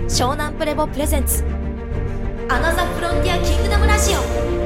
湘南プレボプレゼンツアナザフロンティアキングダムラジオ。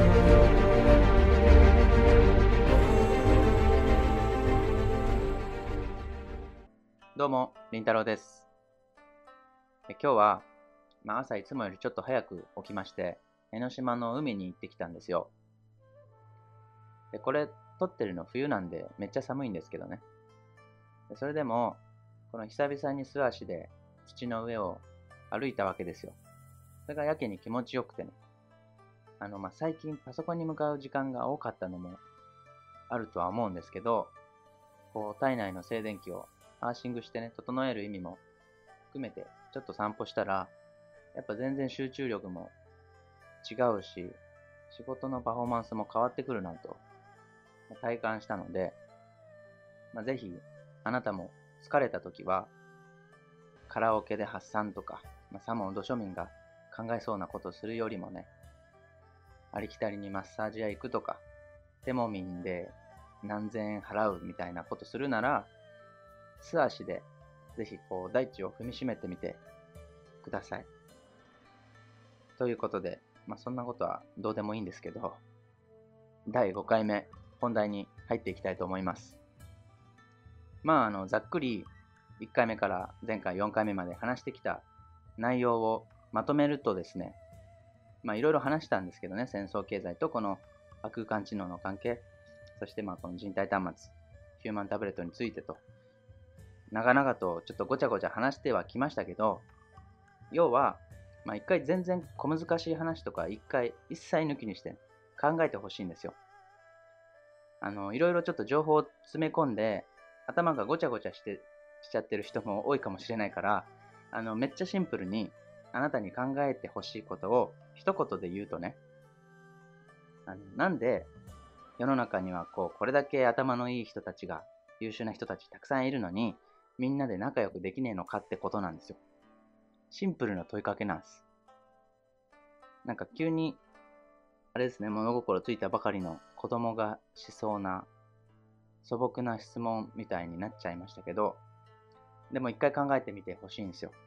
どうも、りんたろうです。今日は、朝いつもよりちょっと早く起きまして、江ノ島の海に行ってきたんですよ。でこれ、撮ってるの冬なんでめっちゃ寒いんですけどね。それでも、この久々に素足で土の上を歩いたわけですよ。それがやけに気持ちよくてね。最近パソコンに向かう時間が多かったのもあるとは思うんですけど、体内の静電気をアーシングしてね、整える意味も含めてちょっと散歩したら、やっぱ全然集中力も違うし、仕事のパフォーマンスも変わってくるなと体感したので、ぜひあなたも疲れた時はカラオケで発散とか、さも土庶民が考えそうなことするよりもね、ありきたりにマッサージ屋行くとか、手もみんで何千円払うみたいなことするなら、素足でぜひ大地を踏みしめてみてください。ということで、そんなことはどうでもいいんですけど、第5回目本題に入っていきたいと思います。ざっくり1回目から前回4回目まで話してきた内容をまとめるとですね、いろいろ話したんですけどね、戦争経済とこの亜空間知能の関係、そしてこの人体端末、ヒューマンタブレットについてと、長々とちょっとごちゃごちゃ話してはきましたけど、要は、一回全然小難しい話とか一切抜きにして考えてほしいんですよ。いろいろちょっと情報を詰め込んで、頭がごちゃごちゃしちゃってる人も多いかもしれないから、めっちゃシンプルにあなたに考えてほしいことを一言で言うとね、なんで世の中にはこれだけ頭のいい人たちが、優秀な人たちたくさんいるのに、みんなで仲良くできねえのかってことなんですよ。シンプルな問いかけなんです。急にあれですね、物心ついたばかりの子供がしそうな素朴な質問みたいになっちゃいましたけど、でも一回考えてみてほしいんですよ。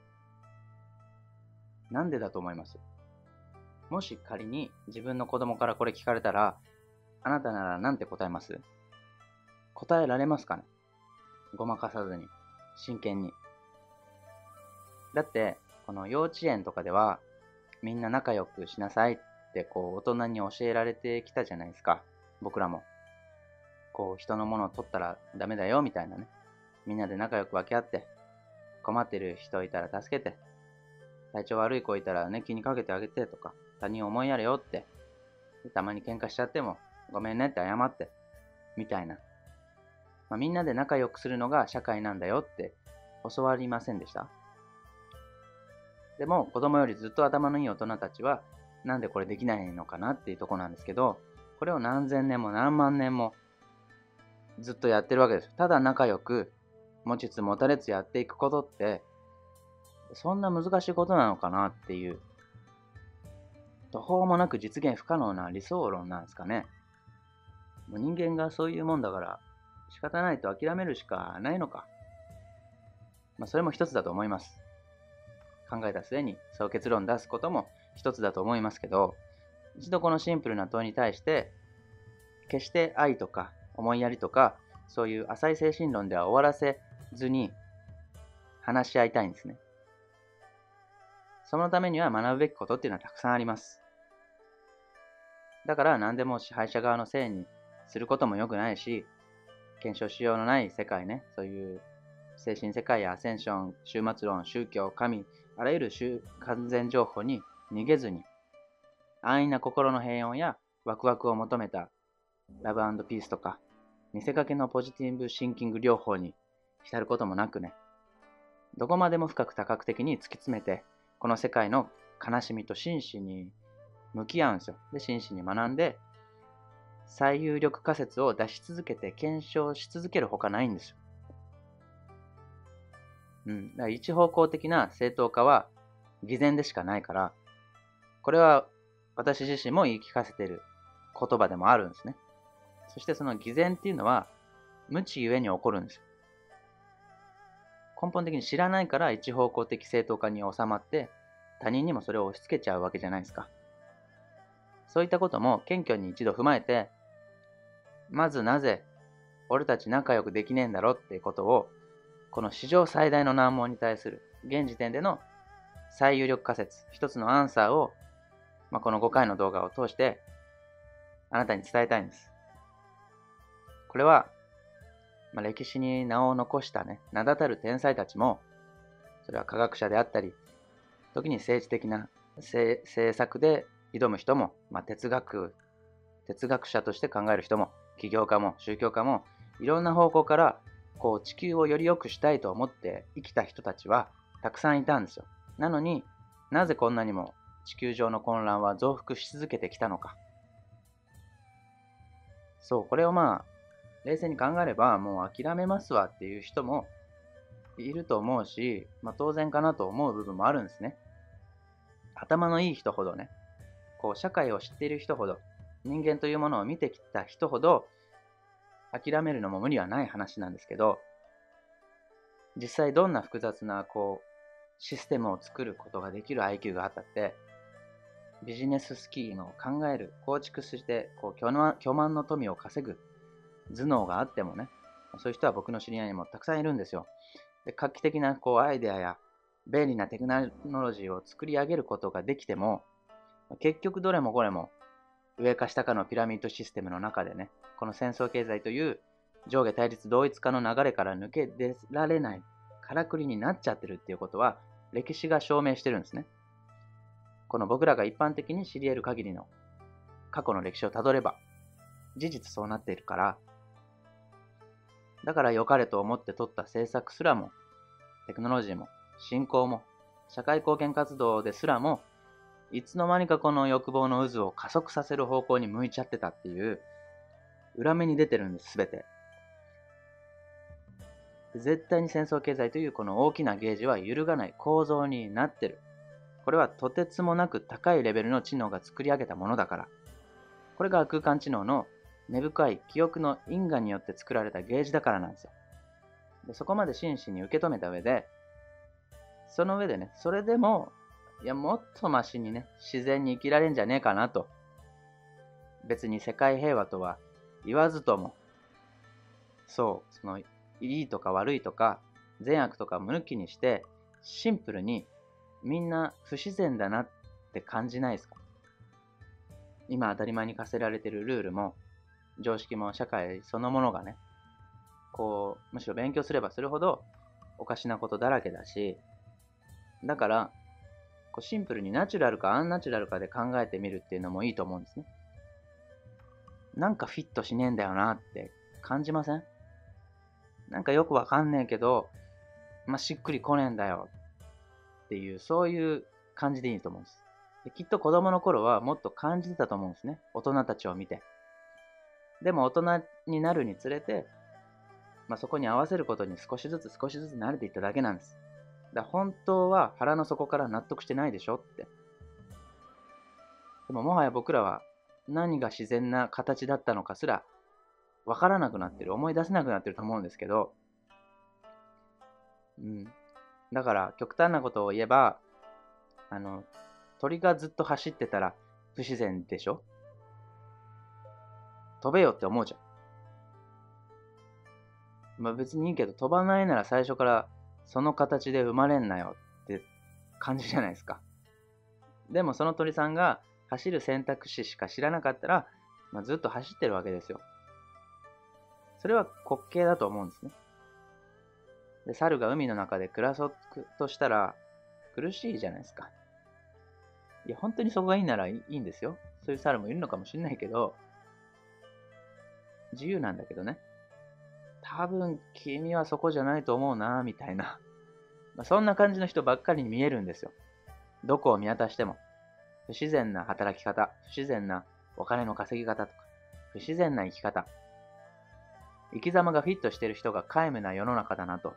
なんでだと思います？もし仮に自分の子供からこれ聞かれたら、あなたならなんて答えます？答えられますかね？ごまかさずに、真剣に。だって、この幼稚園とかでは、みんな仲良くしなさいって大人に教えられてきたじゃないですか。僕らも。人のものを取ったらダメだよみたいなね。みんなで仲良く分け合って、困ってる人いたら助けて、体調悪い子いたらね、気にかけてあげてとか、他人を思いやれよって、たまに喧嘩しちゃっても、ごめんねって謝って、みたいな。みんなで仲良くするのが社会なんだよって教わりませんでした？でも子供よりずっと頭のいい大人たちは、なんでこれできないのかなっていうとこなんですけど、これを何千年も何万年もずっとやってるわけです。ただ仲良く持ちつ持たれつやっていくことって、そんな難しいことなのかなっていう、途方もなく実現不可能な理想論なんですかね。もう人間がそういうもんだから仕方ないと諦めるしかないのか。それも一つだと思います。考えた末にそう結論出すことも一つだと思いますけど、一度このシンプルな問いに対して、決して愛とか思いやりとか、そういう浅い精神論では終わらせずに話し合いたいんですね。そのためには学ぶべきことっていうのはたくさんあります。だから何でも支配者側のせいにすることも良くないし、検証しようのない世界ね、そういう精神世界やアセンション、終末論、宗教、神、あらゆる完全情報に逃げずに、安易な心の平穏やワクワクを求めたラブ&ピースとか、見せかけのポジティブシンキング療法に浸ることもなくね、どこまでも深く多角的に突き詰めて、この世界の悲しみと真摯に向き合うんですよ。で、真摯に学んで、最有力仮説を出し続けて検証し続けるほかないんですよ。だから一方向的な正当化は偽善でしかないから、これは私自身も言い聞かせている言葉でもあるんですね。そしてその偽善っていうのは無知ゆえに起こるんですよ。根本的に知らないから一方向的正当化に収まって他人にもそれを押し付けちゃうわけじゃないですか。そういったことも謙虚に一度踏まえて、まずなぜ俺たち仲良くできねえんだろっていうことを、この史上最大の難問に対する現時点での最有力仮説、一つのアンサーを、この5回の動画を通してあなたに伝えたいんです。これは、歴史に名を残したね、名だたる天才たちも、それは科学者であったり、時に政治的な政策で挑む人も、哲学者として考える人も、起業家も宗教家も、いろんな方向から地球をより良くしたいと思って生きた人たちはたくさんいたんですよ。なのになぜこんなにも地球上の混乱は増幅し続けてきたのか。そう、これを冷静に考えればもう諦めますわっていう人もいると思うし、当然かなと思う部分もあるんですね。頭のいい人ほどね、社会を知っている人ほど、人間というものを見てきた人ほど諦めるのも無理はない話なんですけど、実際どんな複雑なシステムを作ることができる IQ があったって、ビジネススキームを考える、構築して巨万の富を稼ぐ頭脳があってもね、そういう人は僕の知り合いにもたくさんいるんですよ。で、画期的なアイデアや便利なテクノロジーを作り上げることができても、結局どれもこれも上か下かのピラミッドシステムの中でね、この戦争経済という上下対立同一化の流れから抜け出られないからくりになっちゃってるっていうことは歴史が証明してるんですね。この僕らが一般的に知り得る限りの過去の歴史をたどれば事実そうなっているから、だから良かれと思って取った政策すらも、テクノロジーも振興も社会貢献活動ですらも、いつの間にかこの欲望の渦を加速させる方向に向いちゃってたっていう裏目に出てるんです、すべて。絶対に戦争経済というこの大きなゲージは揺るがない構造になってる。これはとてつもなく高いレベルの知能が作り上げたものだから。これが空間知能の根深い記憶の因果によって作られたゲージだからなんですよ。で、そこまで真摯に受け止めた上で、その上でね、それでも、もっとマシにね、自然に生きられんじゃねえかなと。別に世界平和とは言わずとも、そのいいとか悪いとか善悪とか無抜きにして、シンプルにみんな不自然だなって感じないですか？今当たり前に課せられているルールも常識も社会そのものがね、むしろ勉強すればするほどおかしなことだらけだし、だからシンプルにナチュラルかアンナチュラルかで考えてみるっていうのもいいと思うんですね。なんかフィットしねえんだよなって感じません？なんかよくわかんねえけど、しっくりこねえんだよっていう、そういう感じでいいと思うんです。で、きっと子供の頃はもっと感じてたと思うんですね。大人たちを見て。でも大人になるにつれて、そこに合わせることに少しずつ慣れていっただけなんです。だから本当は腹の底から納得してないでしょって。でももはや僕らは何が自然な形だったのかすら分からなくなってる、思い出せなくなってると思うんですけど、だから極端なことを言えば、鳥がずっと走ってたら不自然でしょ？飛べよって思うじゃん。別にいいけど、飛ばないなら最初からその形で生まれんなよって感じじゃないですか。でもその鳥さんが走る選択肢しか知らなかったら、ずっと走ってるわけですよ。それは滑稽だと思うんですね。で、猿が海の中で暮らそうとしたら苦しいじゃないですか。いや、本当にそこがいいならいいんですよ。そういう猿もいるのかもしれないけど、自由なんだけどね。多分君はそこじゃないと思うな、みたいな。そんな感じの人ばっかりに見えるんですよ。どこを見渡しても。不自然な働き方、不自然なお金の稼ぎ方とか、不自然な生き方。生き様がフィットしている人が皆無な世の中だなと。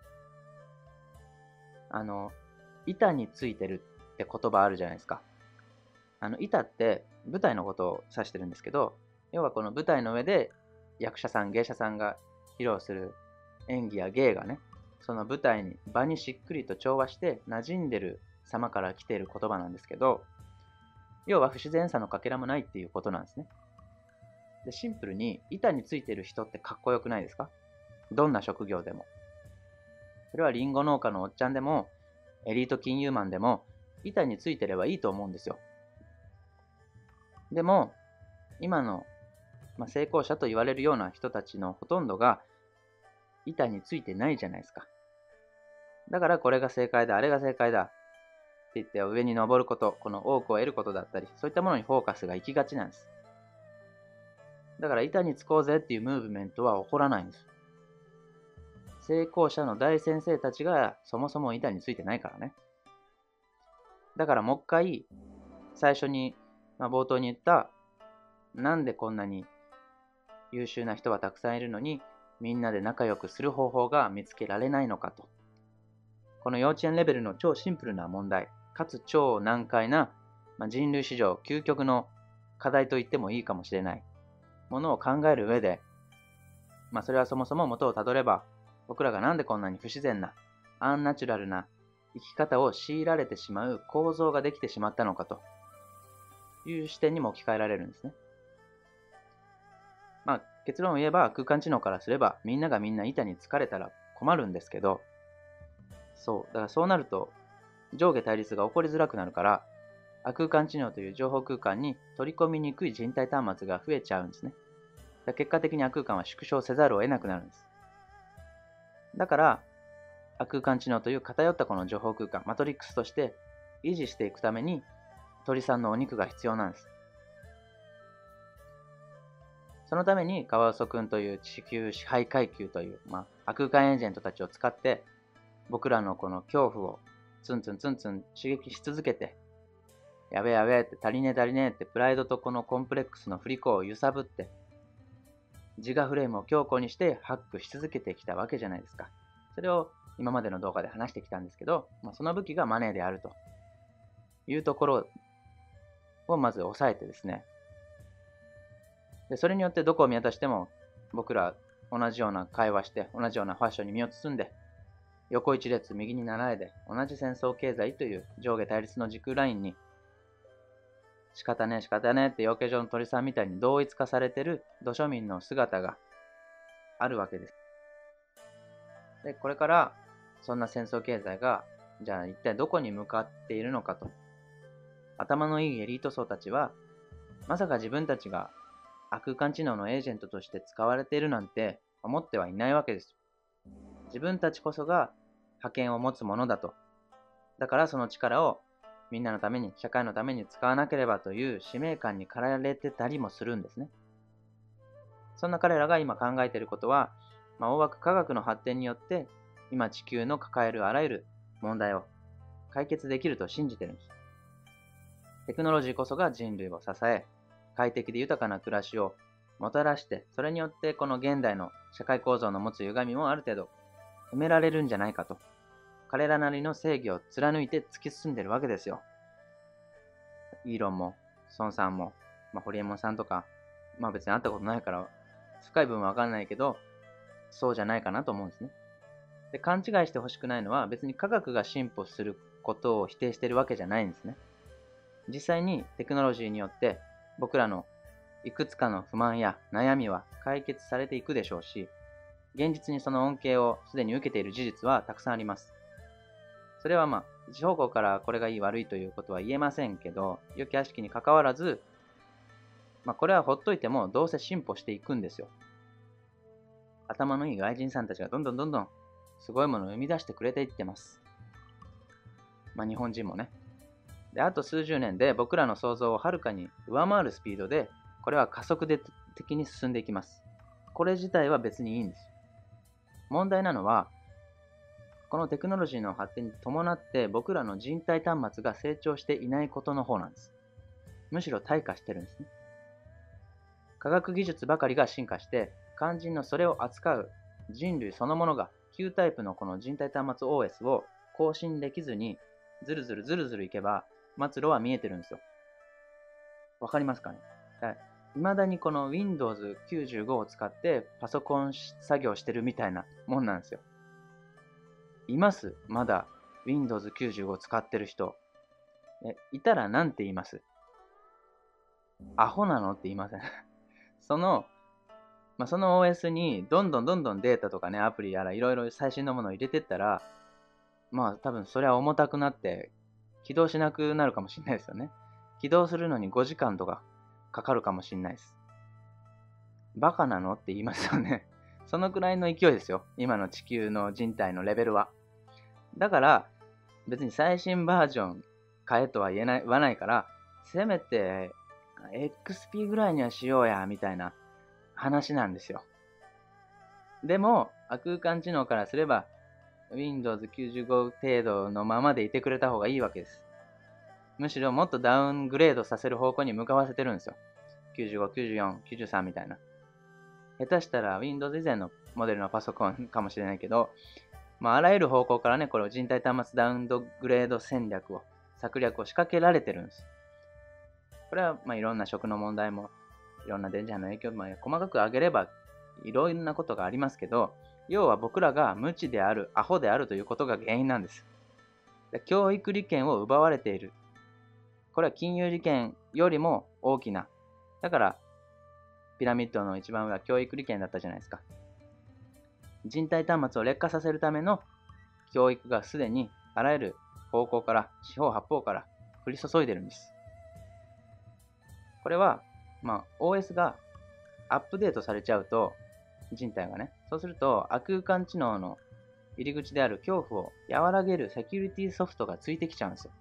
板についてるって言葉あるじゃないですか。板って舞台のことを指してるんですけど、要はこの舞台の上で役者さん、芸者さんが披露する演技や芸がね、その舞台に、場にしっくりと調和して馴染んでる様から来ている言葉なんですけど、要は不自然さのかけらもないっていうことなんですね。で、シンプルに板についている人ってかっこよくないですか？どんな職業でも。それはリンゴ農家のおっちゃんでも、エリート金融マンでも、板についてればいいと思うんですよ。でも、今の、成功者と言われるような人たちのほとんどが、板についてないじゃないですか。だからこれが正解だ、あれが正解だって言って上に登ること、この多くを得ることだったり、そういったものにフォーカスが行きがちなんです。だから板につこうぜっていうムーブメントは起こらないんです。成功者の大先生たちがそもそも板についてないからね。だからもう一回、最初に、冒頭に言った、なんでこんなに優秀な人はたくさんいるのに、みんなで仲良くする方法が見つけられないのかと。この幼稚園レベルの超シンプルな問題、かつ超難解な、人類史上究極の課題と言ってもいいかもしれないものを考える上で、それはそもそも元をたどれば、僕らがなんでこんなに不自然な、アンナチュラルな生き方を強いられてしまう構造ができてしまったのかという視点にも置き換えられるんですね。結論を言えば空間知能からすればみんながみんな板に疲れたら困るんですけど、だからそうなると上下対立が起こりづらくなるから、空間知能という情報空間に取り込みにくい人体端末が増えちゃうんですね。結果的に空間は縮小せざるを得なくなるんです。だから空間知能という偏ったこの情報空間、マトリックスとして維持していくために鳥さんのお肉が必要なんです。そのためにカワウソくんという地球支配階級という、空間エージェントたちを使って僕らのこの恐怖をツンツンツンツン刺激し続けて、やべえやべえって足りねえ足りねえってプライドとこのコンプレックスの振り子を揺さぶって自我フレームを強固にしてハックし続けてきたわけじゃないですか。それを今までの動画で話してきたんですけど、その武器がマネーであるというところをまず押さえてですね、でそれによってどこを見渡しても僕ら同じような会話して同じようなファッションに身を包んで横一列右に習えで同じ戦争経済という上下対立の時空ラインに仕方ねえ仕方ねえって養鶏場の鳥さんみたいに同一化されてる土庶民の姿があるわけです。で、これからそんな戦争経済がじゃあ一体どこに向かっているのかと。頭のいいエリート層たちはまさか自分たちが空間知能のエージェントとして使われているなんて思ってはいないわけです。自分たちこそが覇権を持つものだと。だからその力をみんなのために、社会のために使わなければという使命感に駆られてたりもするんですね。そんな彼らが今考えていることは、大枠科学の発展によって今地球の抱えるあらゆる問題を解決できると信じているんです。テクノロジーこそが人類を支え、快適で豊かな暮らしをもたらして、それによってこの現代の社会構造の持つ歪みもある程度埋められるんじゃないかと。彼らなりの正義を貫いて突き進んでるわけですよ。イーロンも、孫さんも、ホリエモンさんとか、別に会ったことないから、深い部分はわかんないけど、そうじゃないかなと思うんですね。で、勘違いしてほしくないのは、別に科学が進歩することを否定してるわけじゃないんですね。実際にテクノロジーによって、僕らのいくつかの不満や悩みは解決されていくでしょうし、現実にその恩恵をすでに受けている事実はたくさんあります。それは一方向からこれがいい悪いということは言えませんけど、良き悪しきに関わらず、これはほっといてもどうせ進歩していくんですよ。頭のいい外人さんたちがどんどんすごいものを生み出してくれていってます。日本人もね。で、あと数十年で僕らの想像をはるかに上回るスピードで、これは加速的に進んでいきます。これ自体は別にいいんです。問題なのは、このテクノロジーの発展に伴って僕らの人体端末が成長していないことの方なんです。むしろ退化してるんですね。科学技術ばかりが進化して、肝心のそれを扱う人類そのものが旧タイプのこの人体端末 OS を更新できずにずるずるいけば末路は見えてるんですよ。わかりますかね？未だにこの Windows 95を使ってパソコン作業してるみたいなもんなんですよ。います。まだ Windows 95使ってる人、いたら何て言います？アホなのって言いません？その、その OS にどんどんデータとかね、アプリやらいろいろ最新のものを入れてったら、多分それは重たくなって起動しなくなるかもしれないですよね。起動するのに5時間とかかかるかもしれないです。バカなのって言いますよね。そのくらいの勢いですよ。今の地球の人体のレベルは。だから、別に最新バージョン買えとは言わないから、せめて XP ぐらいにはしようや、みたいな話なんですよ。でも、空間知能からすれば、Windows 95程度のままでいてくれた方がいいわけです。むしろもっとダウングレードさせる方向に向かわせてるんですよ。95、94、93みたいな。下手したら Windows 以前のモデルのパソコンかもしれないけど、あらゆる方向からね、これを人体端末ダウングレード戦略を、策略を仕掛けられてるんです。これはいろんな食の問題も、いろんな電磁波の影響も細かく上げれば、いろんなことがありますけど、要は僕らが無知である、アホであるということが原因なんです。教育利権を奪われている。これは金融利権よりも大きな。だから、ピラミッドの一番上は教育利権だったじゃないですか。人体端末を劣化させるための教育がすでにあらゆる方向から、四方八方から降り注いでるんです。これは、OS がアップデートされちゃうと、人体がね、そうすると、空間知能の入り口である恐怖を和らげるセキュリティソフトがついてきちゃうんですよ。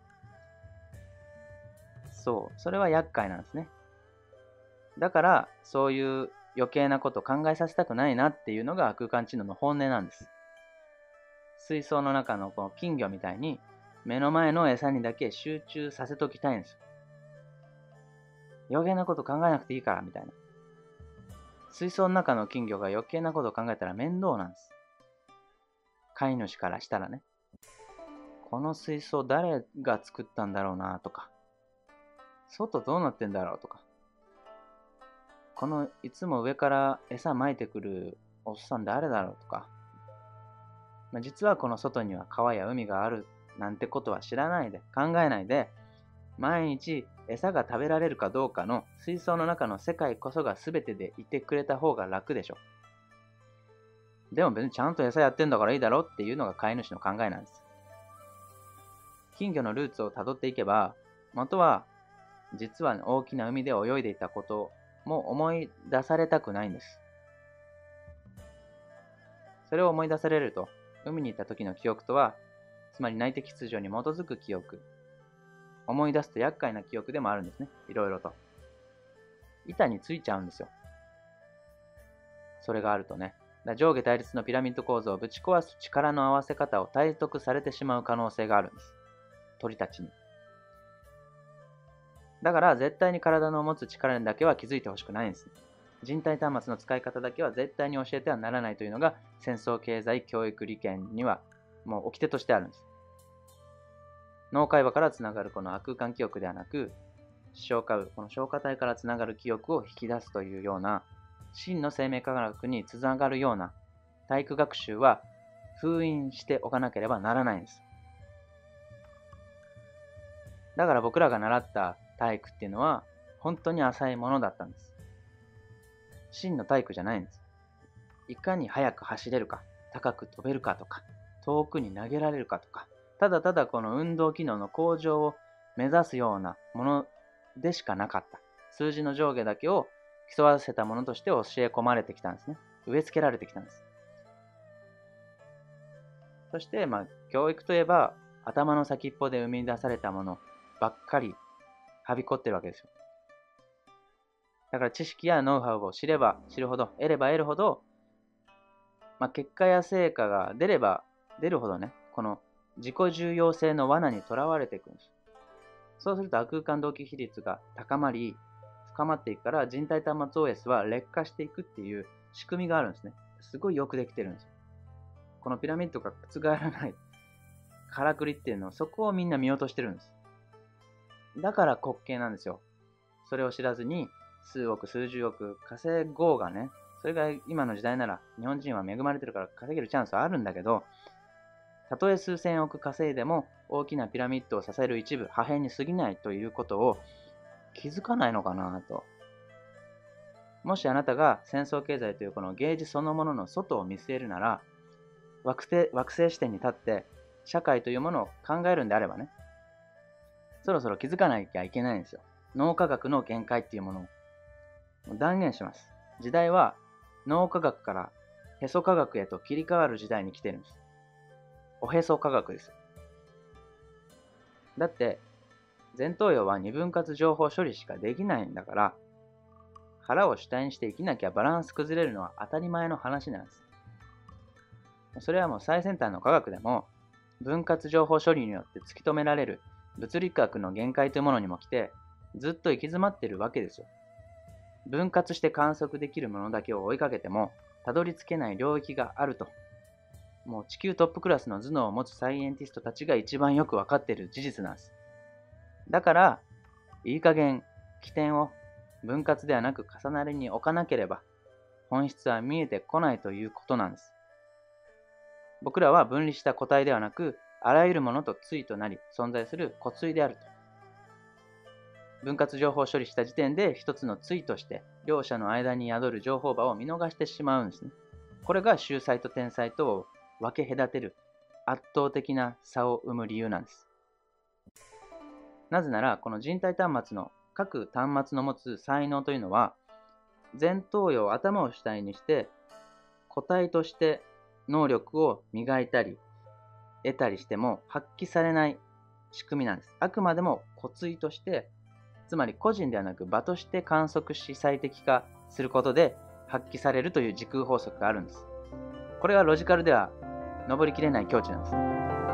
そう、それは厄介なんですね。だから、そういう余計なこと考えさせたくないなっていうのが空間知能の本音なんです。水槽の中のこの金魚みたいに、目の前の餌にだけ集中させときたいんですよ。余計なこと考えなくていいから、みたいな。水槽の中の金魚が余計なことを考えたら面倒なんです。飼い主からしたらね。この水槽誰が作ったんだろうなとか、外どうなってんだろうとか、このいつも上から餌撒いてくるおっさん誰だろうとか、実はこの外には川や海があるなんてことは知らないで、考えないで、毎日餌が食べられるかどうかの水槽の中の世界こそが全てでいてくれた方が楽でしょ。でも別にちゃんと餌やってんだからいいだろっていうのが飼い主の考えなんです。金魚のルーツをたどっていけば、元は実は大きな海で泳いでいたことも思い出されたくないんです。それを思い出されると、海に行った時の記憶とは、つまり内的秩序に基づく記憶、思い出すと厄介な記憶でもあるんですね。いろいろと。板についちゃうんですよ。それがあるとね。上下対立のピラミッド構造をぶち壊す力の合わせ方を体得されてしまう可能性があるんです。鳥たちに。だから絶対に体の持つ力にだけは気づいてほしくないんです。人体端末の使い方だけは絶対に教えてはならないというのが戦争経済教育利権にはもう掟としてあるんです。脳会話からつながるこの空間記憶ではなく、視床下部、この消化体からつながる記憶を引き出すというような真の生命科学につながるような体育学習は封印しておかなければならないんです。だから僕らが習った体育っていうのは本当に浅いものだったんです。真の体育じゃないんです。いかに速く走れるか、高く飛べるかとか、遠くに投げられるかとか、ただただこの運動機能の向上を目指すようなものでしかなかった。数字の上下だけを競わせたものとして教え込まれてきたんですね。植え付けられてきたんです。そして、教育といえば、頭の先っぽで生み出されたものばっかりはびこってるわけですよ。だから知識やノウハウを知れば知るほど、得れば得るほど、結果や成果が出れば出るほどね、この自己重要性の罠にとらわれていくんです。そうすると空間同期比率が高まり、深まっていくから人体端末 OS は劣化していくっていう仕組みがあるんですね。すごいよくできてるんですよ。このピラミッドが覆らないからくりっていうのをそこをみんな見落としてるんです。だから滑稽なんですよ。それを知らずに数億、数十億稼ごうがね、それが今の時代なら日本人は恵まれてるから稼げるチャンスはあるんだけど、 たとえ数千億稼いでも大きなピラミッドを支える一部、破片に過ぎないということを気づかないのかなと。もしあなたが戦争経済というこのゲージそのものの外を見据えるなら、惑星視点に立って社会というものを考えるんであればね、そろそろ気づかなきゃいけないんですよ。脳科学の限界っていうものを断言します。時代は脳科学からへそ科学へと切り替わる時代に来てるんです。おへそ科学です。だって前頭葉は二分割情報処理しかできないんだから、腹を主体にして生きなきゃバランス崩れるのは当たり前の話なんです。それはもう最先端の科学でも分割情報処理によって突き止められる物理学の限界というものにも来て、ずっと行き詰まっているわけですよ。分割して観測できるものだけを追いかけてもたどり着けない領域があると、もう地球トップクラスの頭脳を持つサイエンティストたちが一番よく分かっている事実なんです。だからいい加減起点を分割ではなく重なりに置かなければ本質は見えてこないということなんです。僕らは分離した個体ではなく、あらゆるものと対となり存在する個対であると。分割情報処理した時点で一つの対として両者の間に宿る情報場を見逃してしまうんですね。これが秀才と天才とを分け隔てる圧倒的な差を生む理由なんです。なぜならこの人体端末の各端末の持つ才能というのは、前頭葉、頭を主体にして個体として能力を磨いたり得たりしても発揮されない仕組みなんです。あくまでも個対として、つまり個人ではなく場として観測し最適化することで発揮されるという時空法則があるんです。これはロジカルでは上りきれない境地なんです。